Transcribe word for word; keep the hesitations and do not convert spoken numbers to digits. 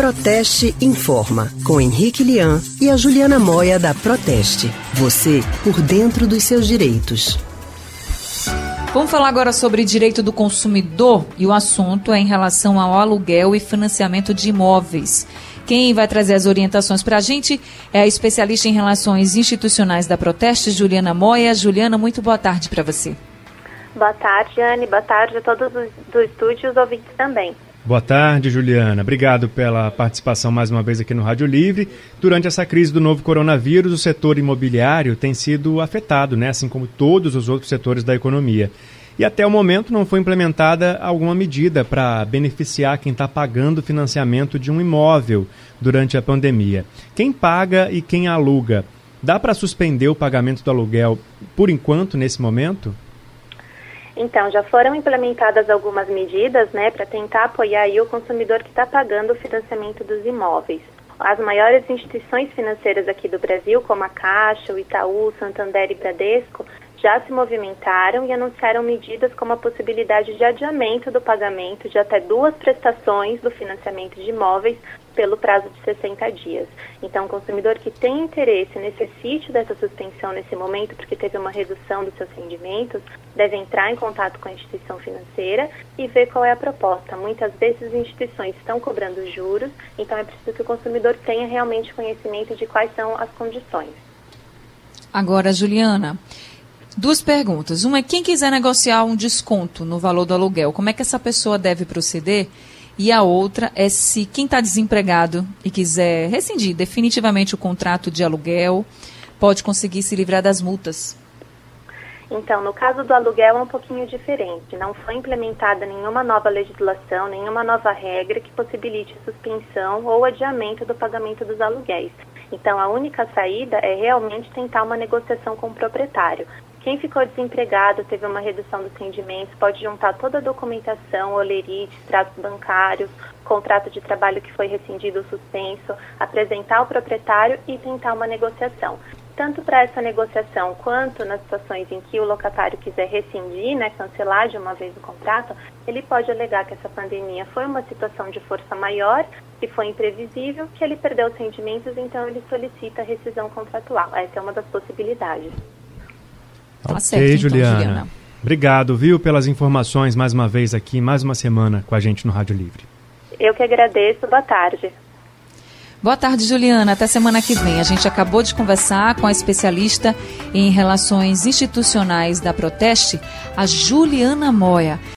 Proteste Informa, com Henrique Lian e a Juliana Moia da Proteste. Você por dentro dos seus direitos. Vamos falar agora sobre direito do consumidor e o assunto é em relação ao aluguel e financiamento de imóveis. Quem vai trazer as orientações para a gente é a especialista em relações institucionais da Proteste, Juliana Moia. Juliana, muito boa tarde para você. Boa tarde, Anne. Boa tarde a todos os do estúdio e os ouvintes também. Boa tarde, Juliana. Obrigado pela participação mais uma vez aqui no Rádio Livre. Durante essa crise do novo coronavírus, o setor imobiliário tem sido afetado, né? Assim como todos os outros setores da economia. E até o momento não foi implementada alguma medida para beneficiar quem está pagando o financiamento de um imóvel durante a pandemia. Quem paga e quem aluga, dá para suspender o pagamento do aluguel por enquanto, nesse momento? Então, já foram implementadas algumas medidas, né, para tentar apoiar aí o consumidor que está pagando o financiamento dos imóveis. As maiores instituições financeiras aqui do Brasil, como a Caixa, o Itaú, Santander e Bradesco, já se movimentaram e anunciaram medidas como a possibilidade de adiamento do pagamento de até duas prestações do financiamento de imóveis pelo prazo de sessenta dias. Então, o consumidor que tem interesse, necessite dessa suspensão nesse momento, porque teve uma redução dos seus rendimentos, deve entrar em contato com a instituição financeira e ver qual é a proposta. Muitas vezes as instituições estão cobrando juros, então é preciso que o consumidor tenha realmente conhecimento de quais são as condições. Agora, Juliana, duas perguntas. Uma é quem quiser negociar um desconto no valor do aluguel, como é que essa pessoa deve proceder? E a outra é se quem está desempregado e quiser rescindir definitivamente o contrato de aluguel, pode conseguir se livrar das multas. Então, no caso do aluguel é um pouquinho diferente. Não foi implementada nenhuma nova legislação, nenhuma nova regra que possibilite suspensão ou adiamento do pagamento dos aluguéis. Então, a única saída é realmente tentar uma negociação com o proprietário. Quem ficou desempregado, teve uma redução dos rendimentos, pode juntar toda a documentação, olerite, extratos bancários, contrato de trabalho que foi rescindido ou suspenso, apresentar ao proprietário e tentar uma negociação. Tanto para essa negociação quanto nas situações em que o locatário quiser rescindir, né, cancelar de uma vez o contrato, ele pode alegar que essa pandemia foi uma situação de força maior, que foi imprevisível, que ele perdeu os rendimentos, então ele solicita a rescisão contratual. Essa é uma das possibilidades. Tá certo, então, Juliana. Juliana. Obrigado, viu, pelas informações mais uma vez aqui, mais uma semana com a gente no Rádio Livre. Eu que agradeço. Boa tarde. Boa tarde, Juliana. Até semana que vem. A gente acabou de conversar com a especialista em relações institucionais da Proteste, a Juliana Moia.